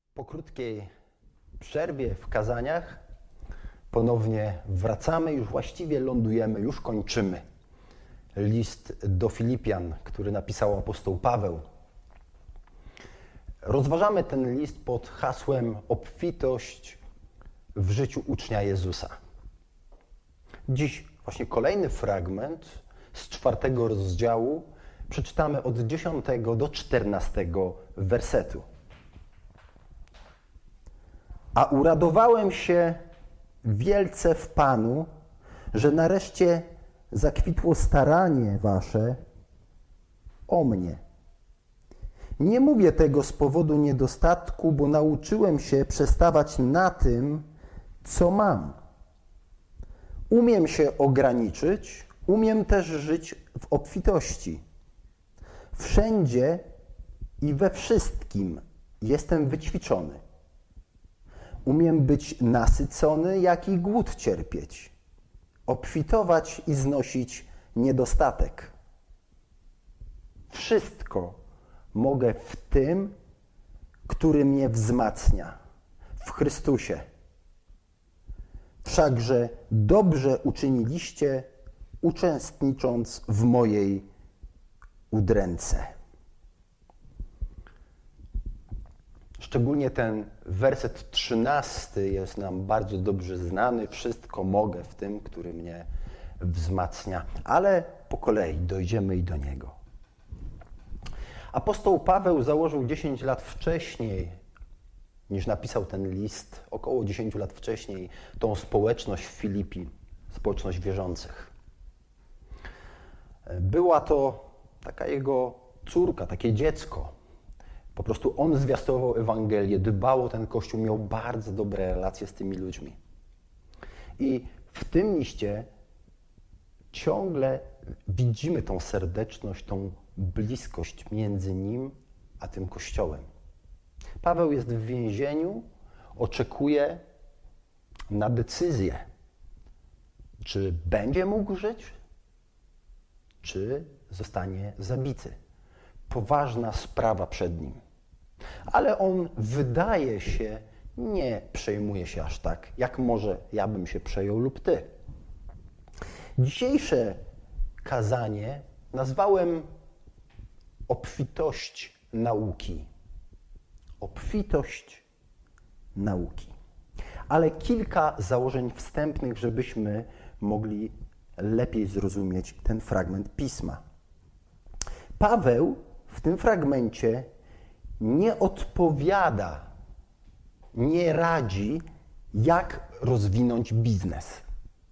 Po krótkiej przerwie w kazaniach ponownie wracamy, już właściwie lądujemy, już kończymy list do Filipian, który napisał apostoł Paweł. Rozważamy ten list pod hasłem obfitość w życiu ucznia Jezusa. Dziś właśnie kolejny fragment z 4 rozdziału przeczytamy od 10 do 14 wersetu. A uradowałem się wielce w Panu, że nareszcie zakwitło staranie wasze o mnie. Nie mówię tego z powodu niedostatku, bo nauczyłem się przestawać na tym, co mam. Umiem się ograniczyć, umiem też żyć w obfitości. Wszędzie i we wszystkim jestem wyćwiczony. Umiem być nasycony, jak i głód cierpieć, obfitować i znosić niedostatek. Wszystko mogę w tym, który mnie wzmacnia, w Chrystusie. Wszakże dobrze uczyniliście, uczestnicząc w mojej udręce. Szczególnie ten werset 13 jest nam bardzo dobrze znany. Wszystko mogę w tym, który mnie wzmacnia. Ale po kolei dojdziemy i do niego. Apostoł Paweł założył 10 lat wcześniej, niż napisał ten list, około 10 lat wcześniej, tą społeczność w Filipi, społeczność wierzących. Była to taka jego córka, takie dziecko. Po prostu on zwiastował Ewangelię, dbał o ten Kościół, miał bardzo dobre relacje z tymi ludźmi. I w tym liście ciągle widzimy tą serdeczność, tą bliskość między nim a tym Kościołem. Paweł jest w więzieniu, oczekuje na decyzję, czy będzie mógł żyć, czy zostanie zabity. Poważna sprawa przed nim. Ale on wydaje się, nie przejmuje się aż tak, jak może ja bym się przejął lub ty. Dzisiejsze kazanie nazwałem obfitość nauki. Obfitość nauki. Ale kilka założeń wstępnych, żebyśmy mogli lepiej zrozumieć ten fragment Pisma. Paweł w tym fragmencie nie odpowiada, nie radzi, jak rozwinąć biznes.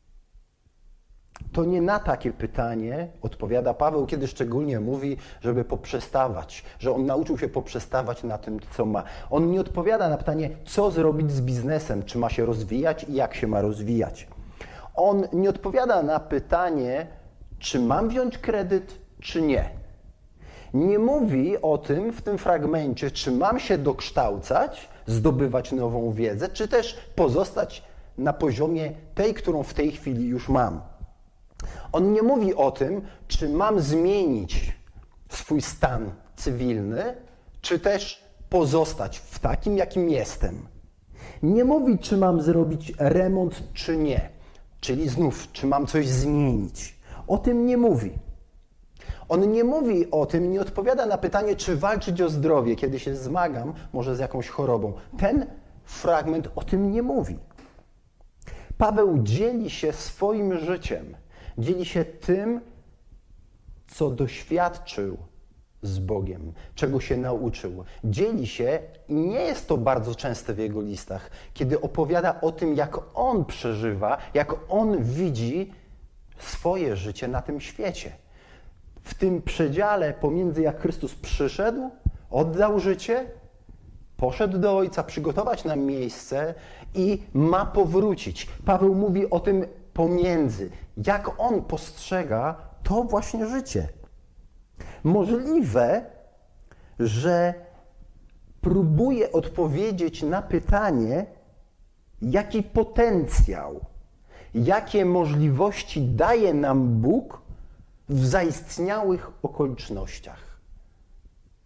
To nie na takie pytanie odpowiada Paweł, kiedy szczególnie mówi, żeby poprzestawać, że on nauczył się poprzestawać na tym, co ma. On nie odpowiada na pytanie, co zrobić z biznesem, czy ma się rozwijać i jak się ma rozwijać. On nie odpowiada na pytanie, czy mam wziąć kredyt, czy nie. Nie mówi o tym w tym fragmencie, czy mam się dokształcać, zdobywać nową wiedzę, czy też pozostać na poziomie tej, którą w tej chwili już mam. On nie mówi o tym, czy mam zmienić swój stan cywilny, czy też pozostać w takim, jakim jestem. Nie mówi, czy mam zrobić remont, czy nie. Czyli znów, czy mam coś zmienić. O tym nie mówi. On nie mówi o tym, nie odpowiada na pytanie, czy walczyć o zdrowie, kiedy się zmagam, może z jakąś chorobą. Ten fragment o tym nie mówi. Paweł dzieli się swoim życiem, dzieli się tym, co doświadczył z Bogiem, czego się nauczył. Dzieli się, i nie jest to bardzo częste w jego listach, kiedy opowiada o tym, jak on przeżywa, jak on widzi swoje życie na tym świecie. W tym przedziale pomiędzy jak Chrystus przyszedł, oddał życie, poszedł do Ojca, przygotować nam miejsce i ma powrócić. Paweł mówi o tym pomiędzy, jak on postrzega to właśnie życie. Możliwe, że próbuje odpowiedzieć na pytanie, jaki potencjał, jakie możliwości daje nam Bóg w zaistniałych okolicznościach.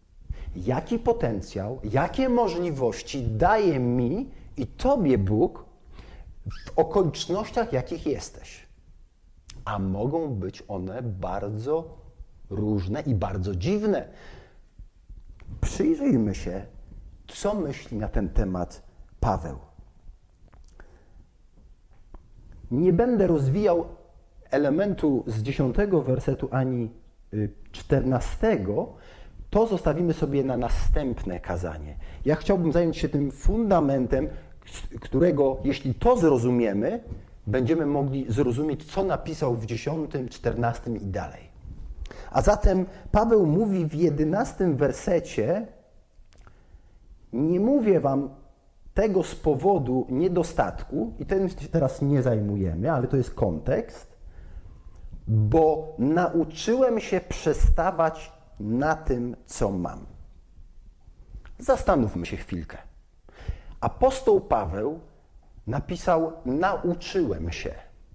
jaki potencjał, jakie możliwości daje mi i Tobie Bóg w okolicznościach, jakich jesteś. A mogą być one bardzo różne i bardzo dziwne. Przyjrzyjmy się, co myśli na ten temat Paweł. Nie będę rozwijał elementu z 10 wersetu ani 14, to zostawimy sobie na następne kazanie. Ja chciałbym zająć się tym fundamentem, którego, jeśli to zrozumiemy, będziemy mogli zrozumieć, co napisał w 10, 14 i dalej. A zatem Paweł mówi w 11 wersecie: nie mówię wam tego z powodu niedostatku, i tym się teraz nie zajmujemy, ale to jest kontekst, bo nauczyłem się przestawać na tym, co mam. Zastanówmy się chwilkę. Apostoł Paweł napisał: nauczyłem się.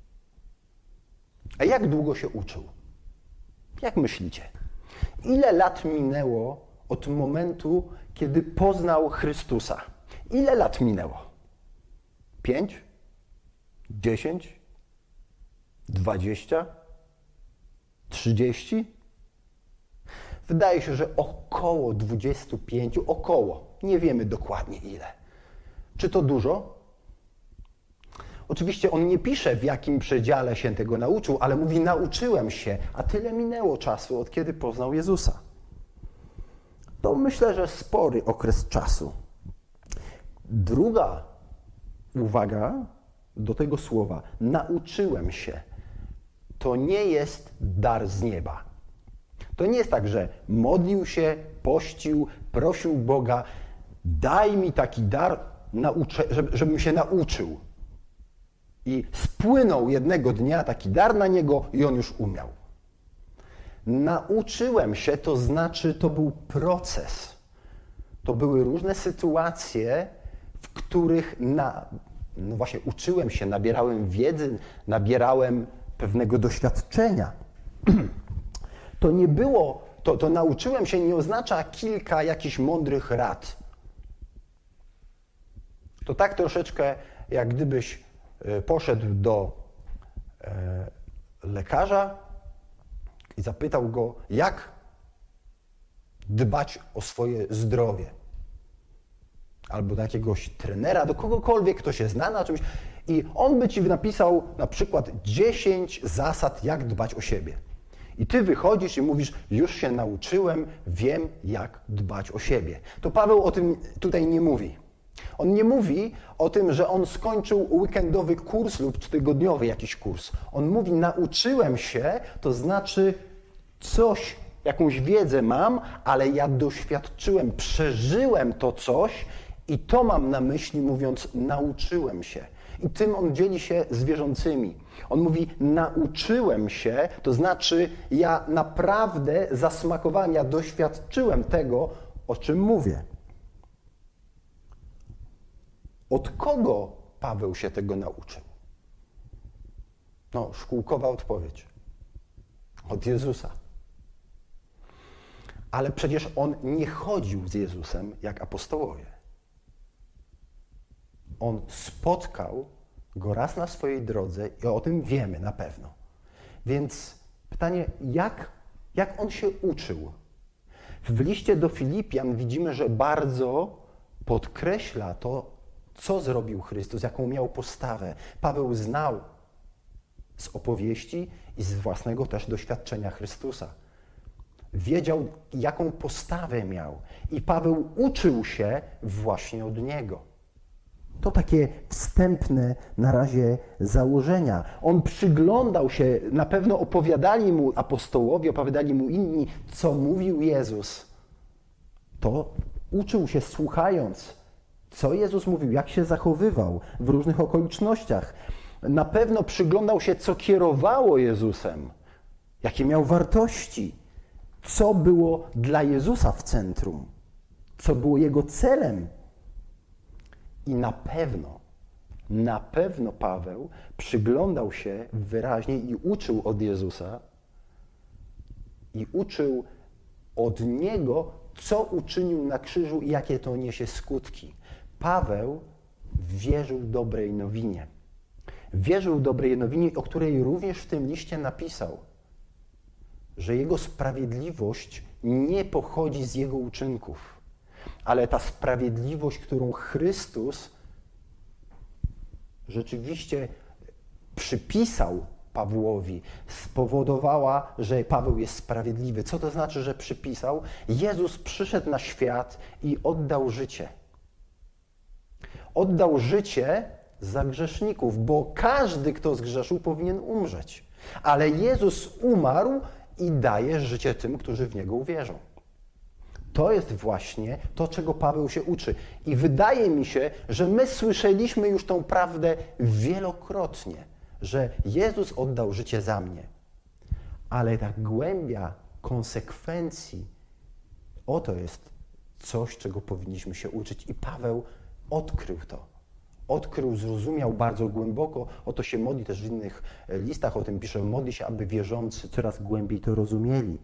A jak długo się uczył? Jak myślicie? Ile lat minęło od momentu, kiedy poznał Chrystusa? Ile lat minęło? 5? 10? 20? 30? Wydaje się, że około 25, nie wiemy dokładnie ile. Czy to dużo? Oczywiście on nie pisze, w jakim przedziale się tego nauczył, ale mówi: nauczyłem się, a tyle minęło czasu, od kiedy poznał Jezusa. To myślę, że spory okres czasu. Druga uwaga do tego słowa: nauczyłem się. To nie jest dar z nieba. To nie jest tak, że modlił się, pościł, prosił Boga: daj mi taki dar, żebym się nauczył. I spłynął jednego dnia taki dar na niego i on już umiał. Nauczyłem się, to znaczy, to był proces. To były różne sytuacje, w których właśnie uczyłem się, nabierałem wiedzy, nabierałem pewnego doświadczenia. To nie było, to nauczyłem się nie oznacza kilka jakichś mądrych rad. To tak troszeczkę, jak gdybyś poszedł do lekarza i zapytał go, jak dbać o swoje zdrowie. Albo do jakiegoś trenera, do kogokolwiek, kto się zna na czymś. I on by ci napisał na przykład 10 zasad, jak dbać o siebie. I ty wychodzisz i mówisz: już się nauczyłem, wiem, jak dbać o siebie. To Paweł o tym tutaj nie mówi. On nie mówi o tym, że on skończył weekendowy kurs lub tygodniowy jakiś kurs. On mówi: nauczyłem się, to znaczy coś, jakąś wiedzę mam, ale ja doświadczyłem, przeżyłem to coś i to mam na myśli, mówiąc: nauczyłem się. I tym on dzieli się z wierzącymi. On mówi: nauczyłem się, to znaczy ja naprawdę zasmakowałem, ja doświadczyłem tego, o czym mówię. Od kogo Paweł się tego nauczył? No, szkółkowa odpowiedź. Od Jezusa. Ale przecież on nie chodził z Jezusem jak apostołowie. On spotkał Go raz na swojej drodze i o tym wiemy na pewno. Więc pytanie, jak on się uczył? W liście do Filipian widzimy, że bardzo podkreśla to, co zrobił Chrystus, jaką miał postawę. Paweł znał z opowieści i z własnego też doświadczenia Chrystusa. Wiedział, jaką postawę miał. I Paweł uczył się właśnie od Niego. To takie wstępne na razie założenia. On przyglądał się, na pewno opowiadali mu apostołowie, opowiadali mu inni, co mówił Jezus. To uczył się słuchając, co Jezus mówił, jak się zachowywał w różnych okolicznościach. Na pewno przyglądał się, co kierowało Jezusem, jakie miał wartości, co było dla Jezusa w centrum, co było Jego celem. I na pewno Paweł przyglądał się wyraźnie i uczył od Jezusa i uczył od Niego co uczynił na krzyżu i jakie to niesie skutki. Paweł wierzył dobrej nowinie. Wierzył dobrej nowinie, o której również w tym liście napisał, że jego sprawiedliwość nie pochodzi z jego uczynków, ale ta sprawiedliwość, którą Chrystus rzeczywiście przypisał Pawłowi, spowodowała, że Paweł jest sprawiedliwy. Co to znaczy, że przypisał? Jezus przyszedł na świat i oddał życie. Oddał życie za grzeszników, bo każdy, kto zgrzeszył, powinien umrzeć. Ale Jezus umarł i daje życie tym, którzy w Niego uwierzą. To jest właśnie to, czego Paweł się uczy. I wydaje mi się, że my słyszeliśmy już tą prawdę wielokrotnie, że Jezus oddał życie za mnie. Ale ta głębia konsekwencji, oto jest coś, czego powinniśmy się uczyć. I Paweł odkrył to. Odkrył, zrozumiał bardzo głęboko. O to się modli też w innych listach, o tym pisze. Modli się, aby wierzący coraz głębiej to rozumieli.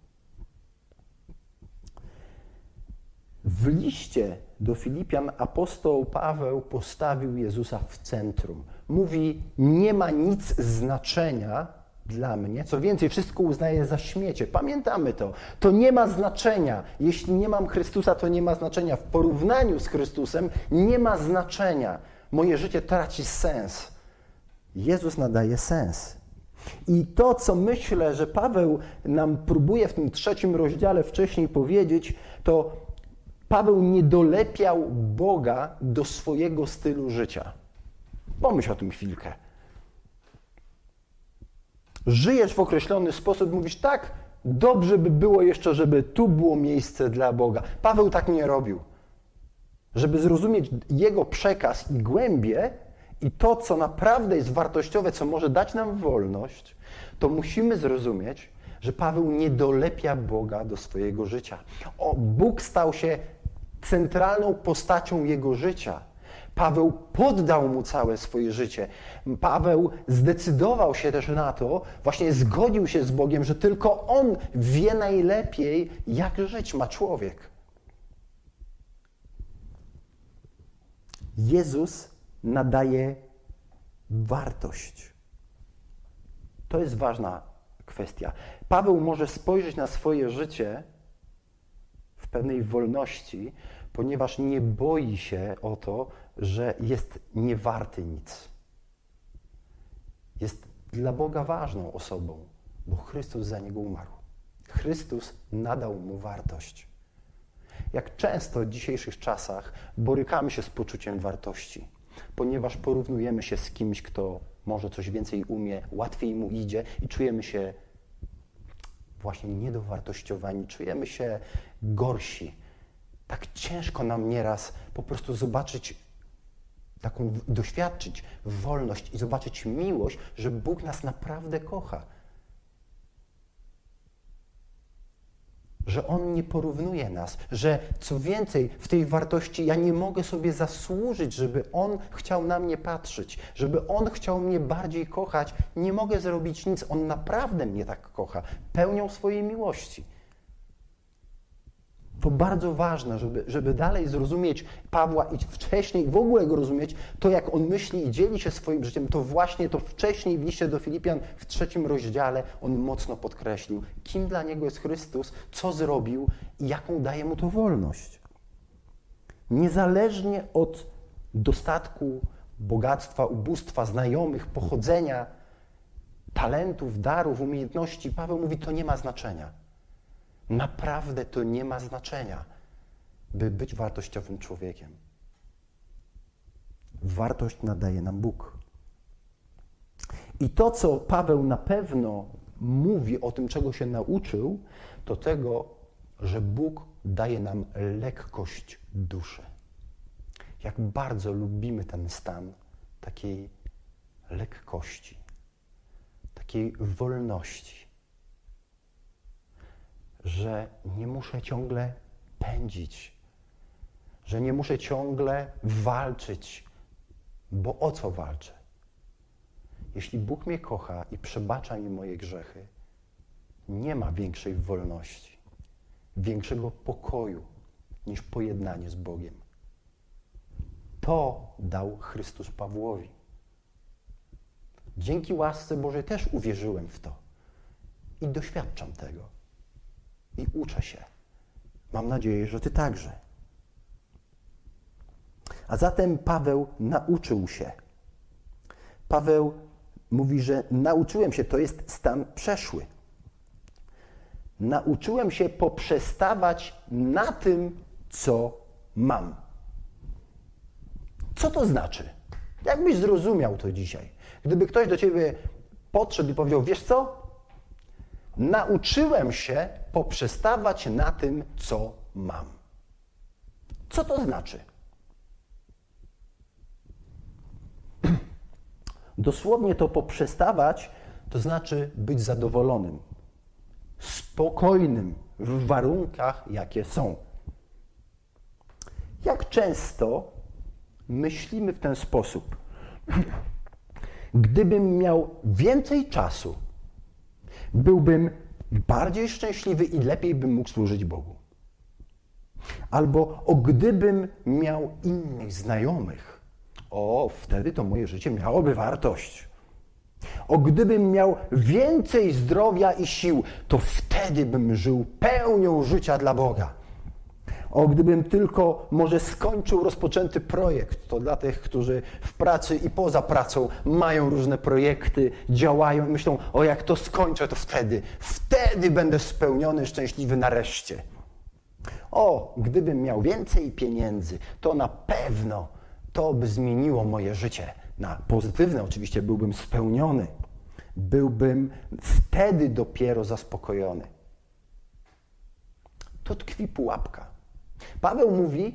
W liście do Filipian apostoł Paweł postawił Jezusa w centrum. Mówi, nie ma nic znaczenia dla mnie. Co więcej, wszystko uznaję za śmiecie. Pamiętamy to. To nie ma znaczenia. Jeśli nie mam Chrystusa, to nie ma znaczenia. W porównaniu z Chrystusem nie ma znaczenia. Moje życie traci sens. Jezus nadaje sens. I to, co myślę, że Paweł nam próbuje w tym 3 rozdziale wcześniej powiedzieć, to Paweł nie dolepiał Boga do swojego stylu życia. Pomyśl o tym chwilkę. Żyjesz w określony sposób, mówisz tak, dobrze by było jeszcze, żeby tu było miejsce dla Boga. Paweł tak nie robił. Żeby zrozumieć jego przekaz i głębię i to, co naprawdę jest wartościowe, co może dać nam wolność, to musimy zrozumieć, że Paweł nie dolepia Boga do swojego życia. Bóg stał się centralną postacią jego życia. Paweł poddał mu całe swoje życie. Paweł zdecydował się też na to, właśnie zgodził się z Bogiem, że tylko on wie najlepiej, jak żyć ma człowiek. Jezus nadaje wartość. To jest ważna kwestia. Paweł może spojrzeć na swoje życie w pewnej wolności, ponieważ nie boi się o to, że jest niewarty nic. Jest dla Boga ważną osobą, bo Chrystus za niego umarł. Chrystus nadał mu wartość. Jak często w dzisiejszych czasach borykamy się z poczuciem wartości, ponieważ porównujemy się z kimś, kto może coś więcej umie, łatwiej mu idzie i czujemy się właśnie niedowartościowani, czujemy się gorsi. Tak ciężko nam nieraz po prostu zobaczyć, doświadczyć wolność i zobaczyć miłość, że Bóg nas naprawdę kocha. Że On nie porównuje nas, że co więcej, w tej wartości ja nie mogę sobie zasłużyć, żeby On chciał na mnie patrzeć, żeby On chciał mnie bardziej kochać. Nie mogę zrobić nic, On naprawdę mnie tak kocha, pełnią swojej miłości. To bardzo ważne, żeby dalej zrozumieć Pawła i wcześniej w ogóle go rozumieć, to jak on myśli i dzieli się swoim życiem, to właśnie to wcześniej w liście do Filipian w 3 rozdziale on mocno podkreślił, kim dla niego jest Chrystus, co zrobił i jaką daje mu to wolność. Niezależnie od dostatku, bogactwa, ubóstwa, znajomych, pochodzenia, talentów, darów, umiejętności, Paweł mówi, to nie ma znaczenia. Naprawdę to nie ma znaczenia, by być wartościowym człowiekiem. Wartość nadaje nam Bóg. I to, co Paweł na pewno mówi o tym, czego się nauczył, to tego, że Bóg daje nam lekkość duszy. Jak bardzo lubimy ten stan takiej lekkości, takiej wolności. Że nie muszę ciągle pędzić, że nie muszę ciągle walczyć, bo o co walczę? Jeśli Bóg mnie kocha i przebacza mi moje grzechy, nie ma większej wolności, większego pokoju niż pojednanie z Bogiem. To dał Chrystus Pawłowi. Dzięki łasce Bożej też uwierzyłem w to i doświadczam tego. I uczę się. Mam nadzieję, że ty także. A zatem Paweł nauczył się. Paweł mówi, że nauczyłem się, to jest stan przeszły. Nauczyłem się poprzestawać na tym, co mam. Co to znaczy? Jakbyś zrozumiał to dzisiaj? Gdyby ktoś do ciebie podszedł i powiedział, wiesz co? Nauczyłem się poprzestawać na tym, co mam. Co to znaczy? Dosłownie to poprzestawać, to znaczy być zadowolonym, spokojnym w warunkach, jakie są. Jak często myślimy w ten sposób? Gdybym miał więcej czasu, byłbym bardziej szczęśliwy i lepiej bym mógł służyć Bogu. Albo gdybym miał innych znajomych, wtedy to moje życie miałoby wartość. Gdybym miał więcej zdrowia i sił, to wtedy bym żył pełnią życia dla Boga. Gdybym tylko może skończył rozpoczęty projekt, to dla tych, którzy w pracy i poza pracą mają różne projekty, działają i myślą, jak to skończę, to wtedy będę spełniony, szczęśliwy nareszcie. Gdybym miał więcej pieniędzy, to na pewno to by zmieniło moje życie. Na pozytywne oczywiście byłbym spełniony. Byłbym wtedy dopiero zaspokojony. To tkwi pułapka. Paweł mówi,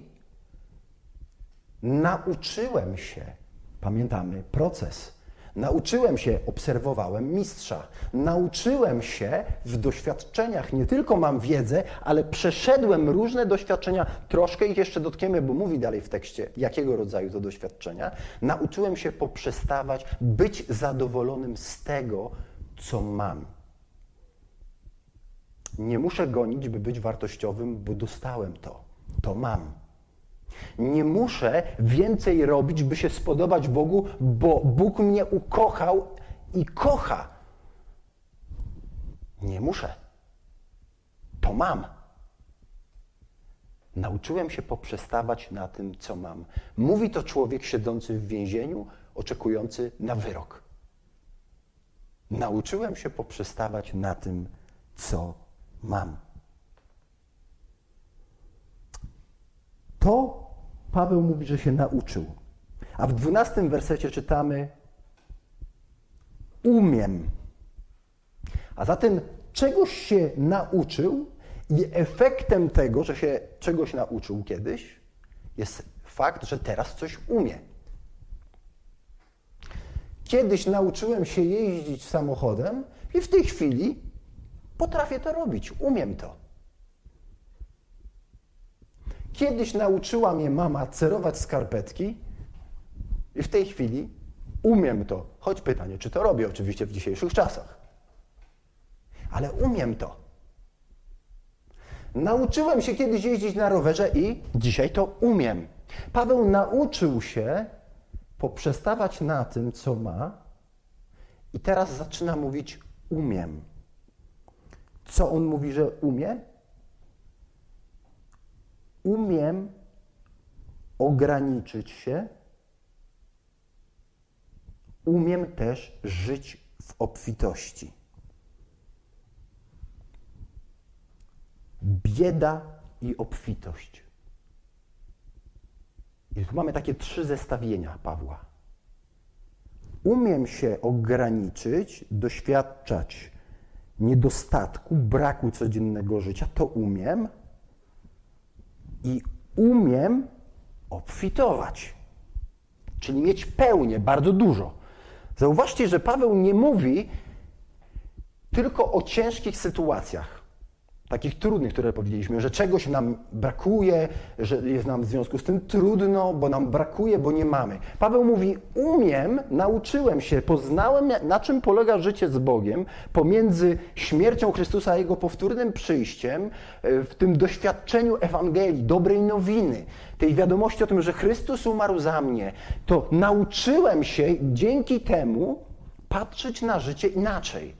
nauczyłem się, pamiętamy proces, nauczyłem się, obserwowałem mistrza, nauczyłem się w doświadczeniach, nie tylko mam wiedzę, ale przeszedłem różne doświadczenia, troszkę ich jeszcze dotkniemy, bo mówi dalej w tekście, jakiego rodzaju to doświadczenia, nauczyłem się poprzestawać, być zadowolonym z tego, co mam. Nie muszę gonić, by być wartościowym, bo dostałem to mam. Nie muszę więcej robić, by się spodobać Bogu, bo Bóg mnie ukochał i kocha. Nie muszę. To mam. Nauczyłem się poprzestawać na tym, co mam. Mówi to człowiek siedzący w więzieniu, oczekujący na wyrok. Nauczyłem się poprzestawać na tym, co mam. To Paweł mówi, że się nauczył. A w 12 wersecie czytamy umiem. A zatem czegoś się nauczył i efektem tego, że się czegoś nauczył kiedyś, jest fakt, że teraz coś umie. Kiedyś nauczyłem się jeździć samochodem i w tej chwili potrafię to robić, umiem to. Kiedyś nauczyła mnie mama cerować skarpetki i w tej chwili umiem to. Choć pytanie, czy to robię oczywiście w dzisiejszych czasach. Ale umiem to. Nauczyłem się kiedyś jeździć na rowerze i dzisiaj to umiem. Paweł nauczył się poprzestawać na tym, co ma i teraz zaczyna mówić umiem. Co on mówi, że umie? Umiem ograniczyć się, umiem też żyć w obfitości. Bieda i obfitość. I tu mamy takie 3 zestawienia Pawła. Umiem się ograniczyć, doświadczać niedostatku, braku codziennego życia, to umiem. I umiem obfitować, czyli mieć pełnię, bardzo dużo. Zauważcie, że Paweł nie mówi tylko o ciężkich sytuacjach. takich trudnych, które powiedzieliśmy, że czegoś nam brakuje, że jest nam w związku z tym trudno, bo nam brakuje, bo nie mamy. Paweł mówi, nauczyłem się, poznałem, na czym polega życie z Bogiem pomiędzy śmiercią Chrystusa a Jego powtórnym przyjściem, w tym doświadczeniu Ewangelii, dobrej nowiny, tej wiadomości o tym, że Chrystus umarł za mnie. To nauczyłem się dzięki temu patrzeć na życie inaczej.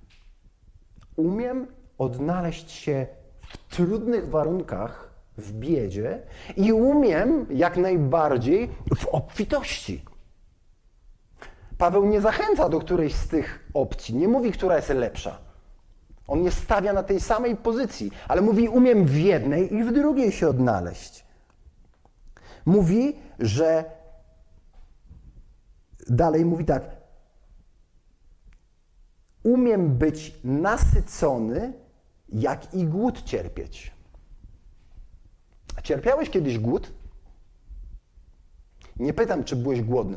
Umiem odnaleźć się w trudnych warunkach, w biedzie i umiem jak najbardziej w obfitości. Paweł nie zachęca do którejś z tych opcji, nie mówi, która jest lepsza. On nie stawia na tej samej pozycji, ale mówi, umiem w jednej i w drugiej się odnaleźć. Mówi, że dalej mówi tak, umiem być nasycony, jak i głód cierpieć. Cierpiałeś kiedyś głód? Nie pytam, czy byłeś głodny.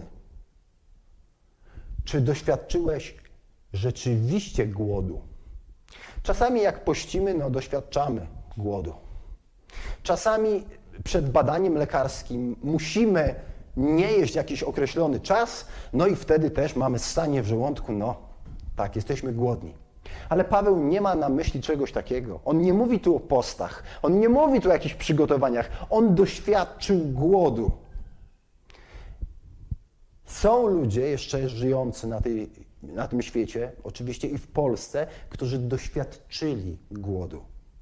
Czy doświadczyłeś rzeczywiście głodu? Czasami jak pościmy, doświadczamy głodu. Czasami przed badaniem lekarskim musimy nie jeść jakiś określony czas, i wtedy też mamy ssanie w żołądku, tak, jesteśmy głodni. Ale Paweł nie ma na myśli czegoś takiego. On nie mówi tu o postach, on nie mówi tu o jakichś przygotowaniach. On doświadczył głodu. Są ludzie jeszcze żyjący na tym świecie, oczywiście i w Polsce, którzy doświadczyli głodu.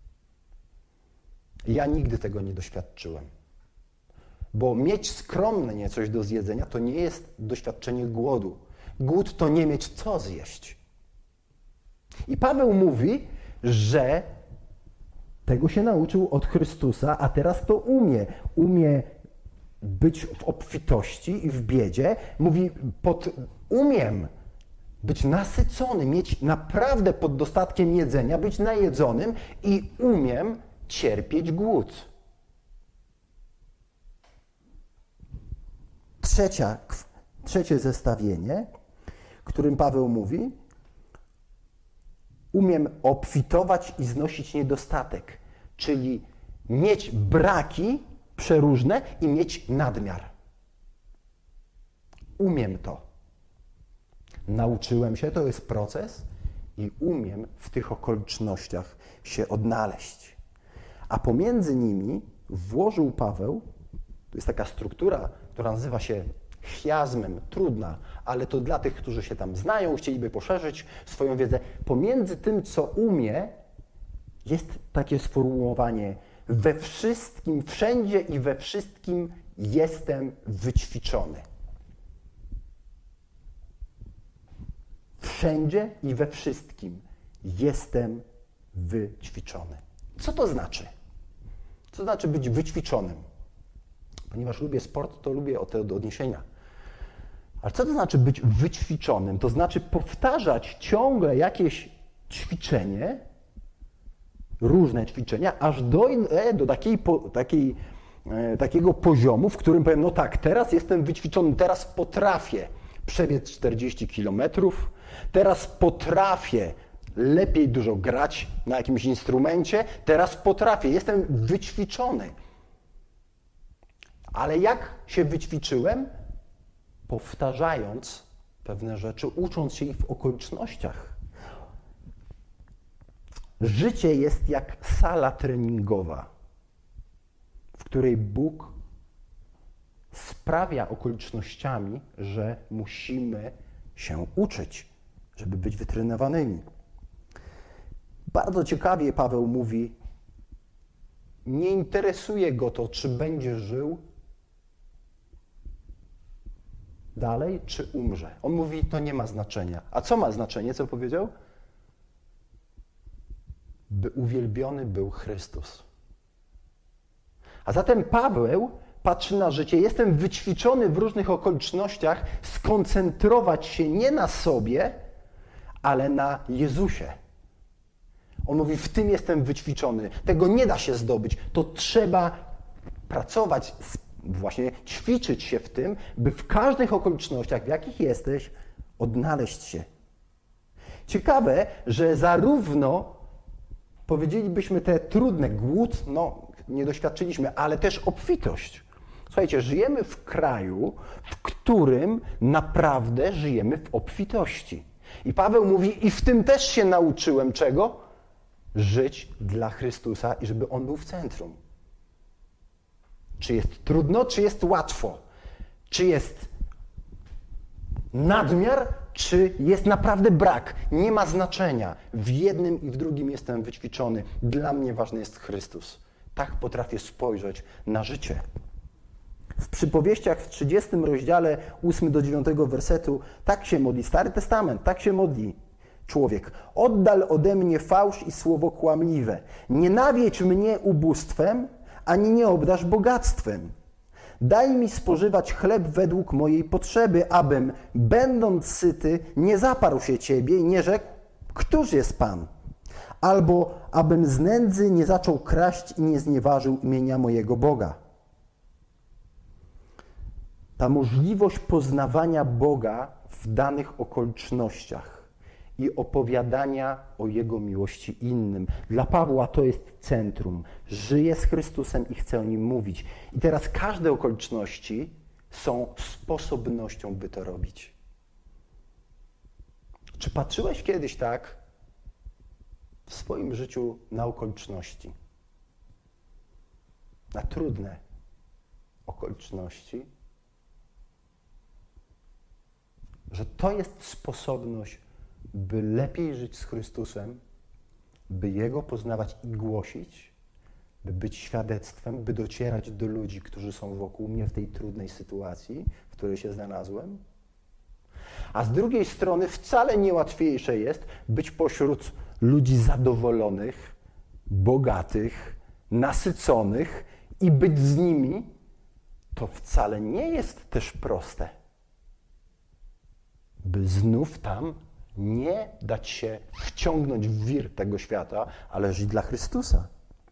Ja nigdy tego nie doświadczyłem. Bo mieć skromnie coś do zjedzenia to nie jest doświadczenie głodu. Głód to nie mieć co zjeść. I Paweł mówi, że tego się nauczył od Chrystusa, a teraz to umie. Umie być w obfitości i w biedzie. Mówi, umiem być nasycony, mieć naprawdę pod dostatkiem jedzenia, być najedzonym i umiem cierpieć głód. Trzecie zestawienie, którym Paweł mówi, umiem obfitować i znosić niedostatek, czyli mieć braki przeróżne i mieć nadmiar. Umiem to. Nauczyłem się, to jest proces i umiem w tych okolicznościach się odnaleźć. A pomiędzy nimi włożył Paweł, to jest taka struktura, która nazywa się chiazmem, trudna, ale to dla tych, którzy się tam znają, chcieliby poszerzyć swoją wiedzę. Pomiędzy tym, co umie, jest takie sformułowanie: we wszystkim, wszędzie i we wszystkim jestem wyćwiczony. Wszędzie i we wszystkim jestem wyćwiczony. Co to znaczy? Co znaczy być wyćwiczonym? Ponieważ lubię sport, to lubię te odniesienia. Ale co to znaczy być wyćwiczonym? To znaczy powtarzać ciągle jakieś ćwiczenie, różne ćwiczenia, aż dojdę do takiego poziomu, w którym powiem, no tak, teraz jestem wyćwiczony, teraz potrafię przebiec 40 kilometrów, teraz potrafię lepiej dużo grać na jakimś instrumencie, teraz potrafię, jestem wyćwiczony. Ale jak się wyćwiczyłem? Powtarzając pewne rzeczy, ucząc się ich w okolicznościach. Życie jest jak sala treningowa, w której Bóg sprawia okolicznościami, że musimy się uczyć, żeby być wytrenowanymi. Bardzo ciekawie Paweł mówi, nie interesuje go to, czy będzie żył dalej, czy umrze. On mówi, to nie ma znaczenia. A co ma znaczenie, co powiedział? By uwielbiony był Chrystus. A zatem Paweł patrzy na życie, jestem wyćwiczony w różnych okolicznościach, skoncentrować się nie na sobie, ale na Jezusie. On mówi, w tym jestem wyćwiczony. Tego nie da się zdobyć. To trzeba pracować, właśnie ćwiczyć się w tym, by w każdych okolicznościach, w jakich jesteś, odnaleźć się. Ciekawe, że zarówno Powiedzielibyśmy te trudne, głód, nie doświadczyliśmy, ale też obfitość. Słuchajcie, żyjemy w kraju, w którym naprawdę żyjemy w obfitości. I Paweł mówi, i w tym też się nauczyłem czego? Żyć dla Chrystusa i żeby On był w centrum. Czy jest trudno, czy jest łatwo? Czy jest nadmiar, czy jest naprawdę brak? Nie ma znaczenia. W jednym i w drugim jestem wyćwiczony. Dla mnie ważny jest Chrystus. Tak potrafię spojrzeć na życie. W przypowieściach w 30 rozdziale 8 do 9 wersetu tak się modli, Stary Testament, tak się modli człowiek. Oddal ode mnie fałsz i słowo kłamliwe. Nie nawiedź mnie ubóstwem, ani nie obdarz bogactwem. Daj mi spożywać chleb według mojej potrzeby, abym, będąc syty, nie zaparł się Ciebie i nie rzekł, któż jest Pan? Albo abym z nędzy nie zaczął kraść i nie znieważył imienia mojego Boga. Ta możliwość poznawania Boga w danych okolicznościach i opowiadania o Jego miłości innym. Dla Pawła to jest centrum. Żyje z Chrystusem i chce o Nim mówić. I teraz każde okoliczności są sposobnością, by to robić. Czy patrzyłeś kiedyś tak w swoim życiu na okoliczności? Na trudne okoliczności? Że to jest sposobność, by lepiej żyć z Chrystusem, by Jego poznawać i głosić, by być świadectwem, by docierać do ludzi, którzy są wokół mnie w tej trudnej sytuacji, w której się znalazłem. A z drugiej strony wcale nie łatwiejsze jest być pośród ludzi zadowolonych, bogatych, nasyconych i być z nimi, to wcale nie jest też proste. By znów tam nie dać się wciągnąć w wir tego świata, ale żyć dla Chrystusa.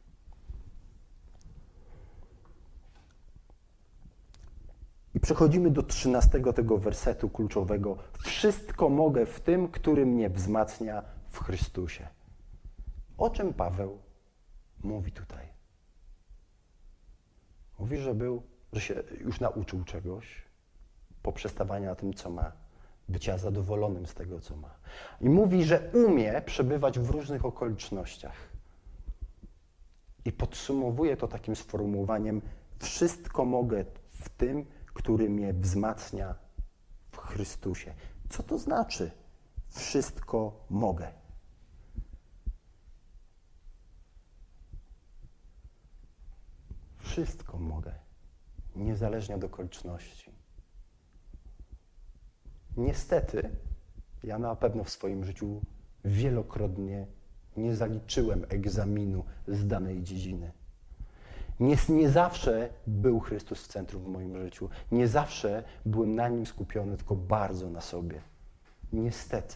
I przechodzimy do 13 tego wersetu kluczowego. Wszystko mogę w tym, który mnie wzmacnia w Chrystusie. O czym Paweł mówi tutaj? Mówi, że się już nauczył czegoś, poprzestawania na tym, co ma, bycia zadowolonym z tego, co ma. I mówi, że umie przebywać w różnych okolicznościach. I podsumowuje to takim sformułowaniem: wszystko mogę w tym, który mnie wzmacnia w Chrystusie. Co to znaczy? Wszystko mogę. Wszystko mogę, niezależnie od okoliczności. Niestety, ja na pewno w swoim życiu wielokrotnie nie zaliczyłem egzaminu z danej dziedziny. Nie zawsze był Chrystus w centrum w moim życiu. Nie zawsze byłem na Nim skupiony, tylko bardzo na sobie. Niestety.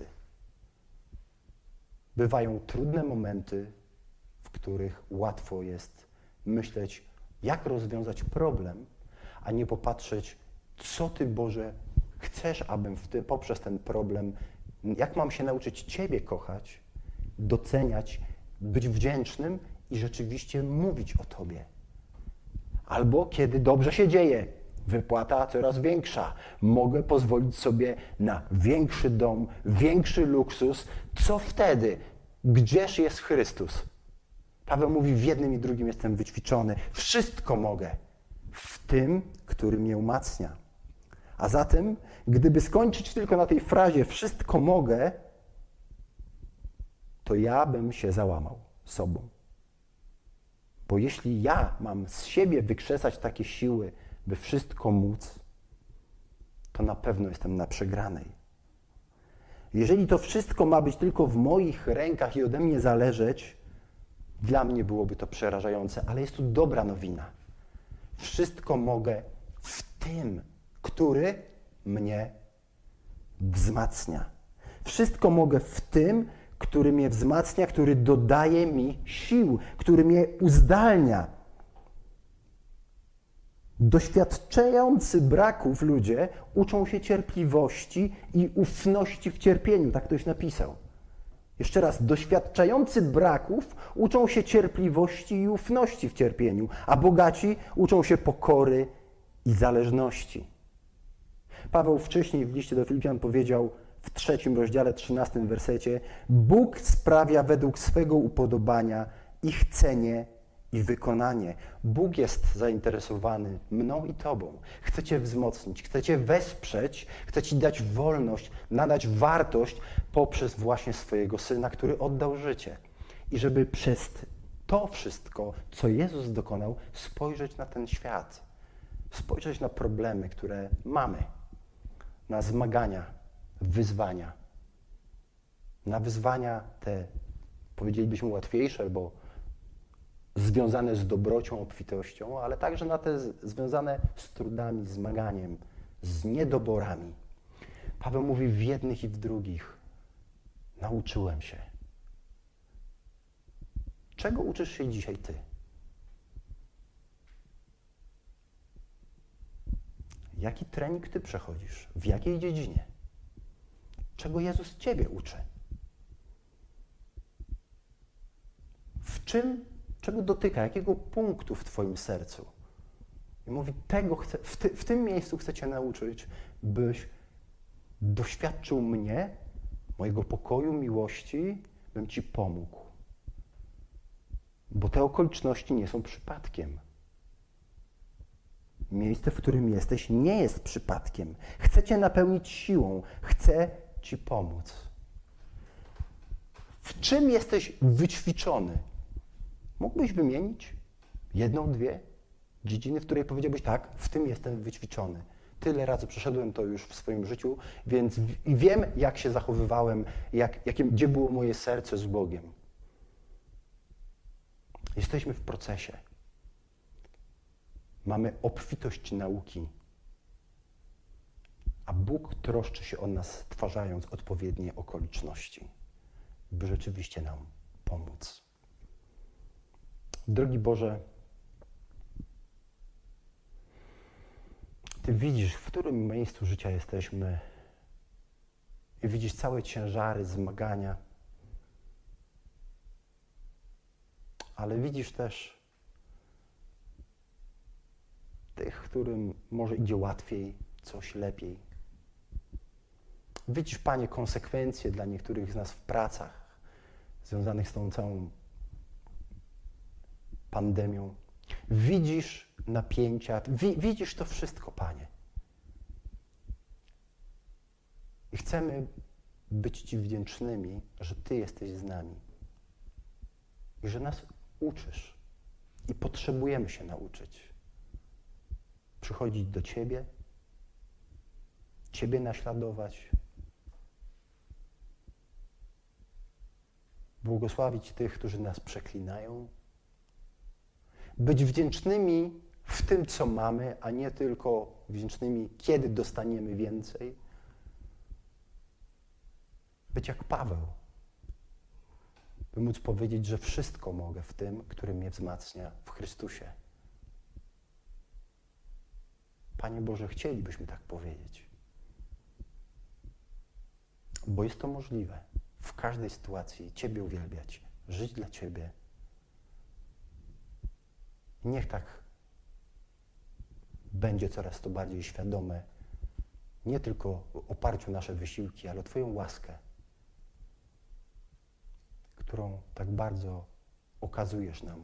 Bywają trudne momenty, w których łatwo jest myśleć, jak rozwiązać problem, a nie popatrzeć, co Ty, Boże, chcesz, abym poprzez ten problem, jak mam się nauczyć Ciebie kochać, doceniać, być wdzięcznym i rzeczywiście mówić o Tobie. Albo kiedy dobrze się dzieje, wypłata coraz większa, mogę pozwolić sobie na większy dom, większy luksus. Co wtedy? Gdzież jest Chrystus? Paweł mówi, w jednym i drugim jestem wyćwiczony. Wszystko mogę w tym, który mnie umacnia. A zatem, gdyby skończyć tylko na tej frazie wszystko mogę, to ja bym się załamał sobą. Bo jeśli ja mam z siebie wykrzesać takie siły, by wszystko móc, to na pewno jestem na przegranej. Jeżeli to wszystko ma być tylko w moich rękach i ode mnie zależeć, dla mnie byłoby to przerażające, ale jest tu dobra nowina. Wszystko mogę w tym, który mnie wzmacnia. Wszystko mogę w tym, który mnie wzmacnia, który dodaje mi sił, który mnie uzdalnia. Doświadczający braków ludzie uczą się cierpliwości i ufności w cierpieniu, tak ktoś napisał. Jeszcze raz, doświadczający braków uczą się cierpliwości i ufności w cierpieniu, a bogaci uczą się pokory i zależności. Paweł wcześniej w liście do Filipian powiedział w 3 rozdziale, 13 wersecie: Bóg sprawia według swego upodobania i chcenie i wykonanie. Bóg jest zainteresowany mną i Tobą. Chce Cię wzmocnić, chce Cię wesprzeć, chce Ci dać wolność, nadać wartość poprzez właśnie swojego Syna, który oddał życie. I żeby przez to wszystko, co Jezus dokonał, spojrzeć na ten świat, spojrzeć na problemy, które mamy, na zmagania, wyzwania. Na wyzwania te, powiedzielibyśmy, łatwiejsze, bo związane z dobrocią, obfitością, ale także na te związane z trudami, zmaganiem, z niedoborami. Paweł mówi w jednych i w drugich: nauczyłem się. Czego uczysz się dzisiaj ty? Jaki trening ty przechodzisz? W jakiej dziedzinie? Czego Jezus ciebie uczy? W czym, czego dotyka? Jakiego punktu w twoim sercu? I mówi, tego chcę, w tym miejscu chcę cię nauczyć, byś doświadczył mnie, mojego pokoju, miłości, bym ci pomógł. Bo te okoliczności nie są przypadkiem. Miejsce, w którym jesteś, nie jest przypadkiem. Chcę cię napełnić siłą. Chcę ci pomóc. W czym jesteś wyćwiczony? Mógłbyś wymienić jedną, dwie dziedziny, w której powiedziałbyś: tak, w tym jestem wyćwiczony. Tyle razy przeszedłem to już w swoim życiu, więc wiem, jak się zachowywałem, gdzie było moje serce z Bogiem. Jesteśmy w procesie. Mamy obfitość nauki, a Bóg troszczy się o nas, stwarzając odpowiednie okoliczności, by rzeczywiście nam pomóc. Drogi Boże, Ty widzisz, w którym miejscu życia jesteśmy i widzisz całe ciężary, zmagania, ale widzisz też tych, którym może idzie łatwiej, coś lepiej. Widzisz, Panie, konsekwencje dla niektórych z nas w pracach związanych z tą całą pandemią. Widzisz napięcia, widzisz to wszystko, Panie. I chcemy być Ci wdzięcznymi, że Ty jesteś z nami i że nas uczysz i potrzebujemy się nauczyć. Przychodzić do Ciebie, Ciebie naśladować, błogosławić tych, którzy nas przeklinają, być wdzięcznymi w tym, co mamy, a nie tylko wdzięcznymi, kiedy dostaniemy więcej. Być jak Paweł, by móc powiedzieć, że wszystko mogę w tym, który mnie wzmacnia, w Chrystusie. Panie Boże, chcielibyśmy tak powiedzieć, bo jest to możliwe w każdej sytuacji Ciebie uwielbiać, żyć dla Ciebie. Niech tak będzie coraz to bardziej świadome, nie tylko w oparciu o nasze wysiłki, ale o Twoją łaskę, którą tak bardzo okazujesz nam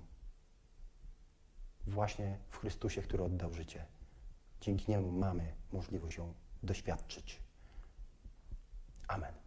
właśnie w Chrystusie, który oddał życie. Dzięki niemu mamy możliwość ją doświadczyć. Amen.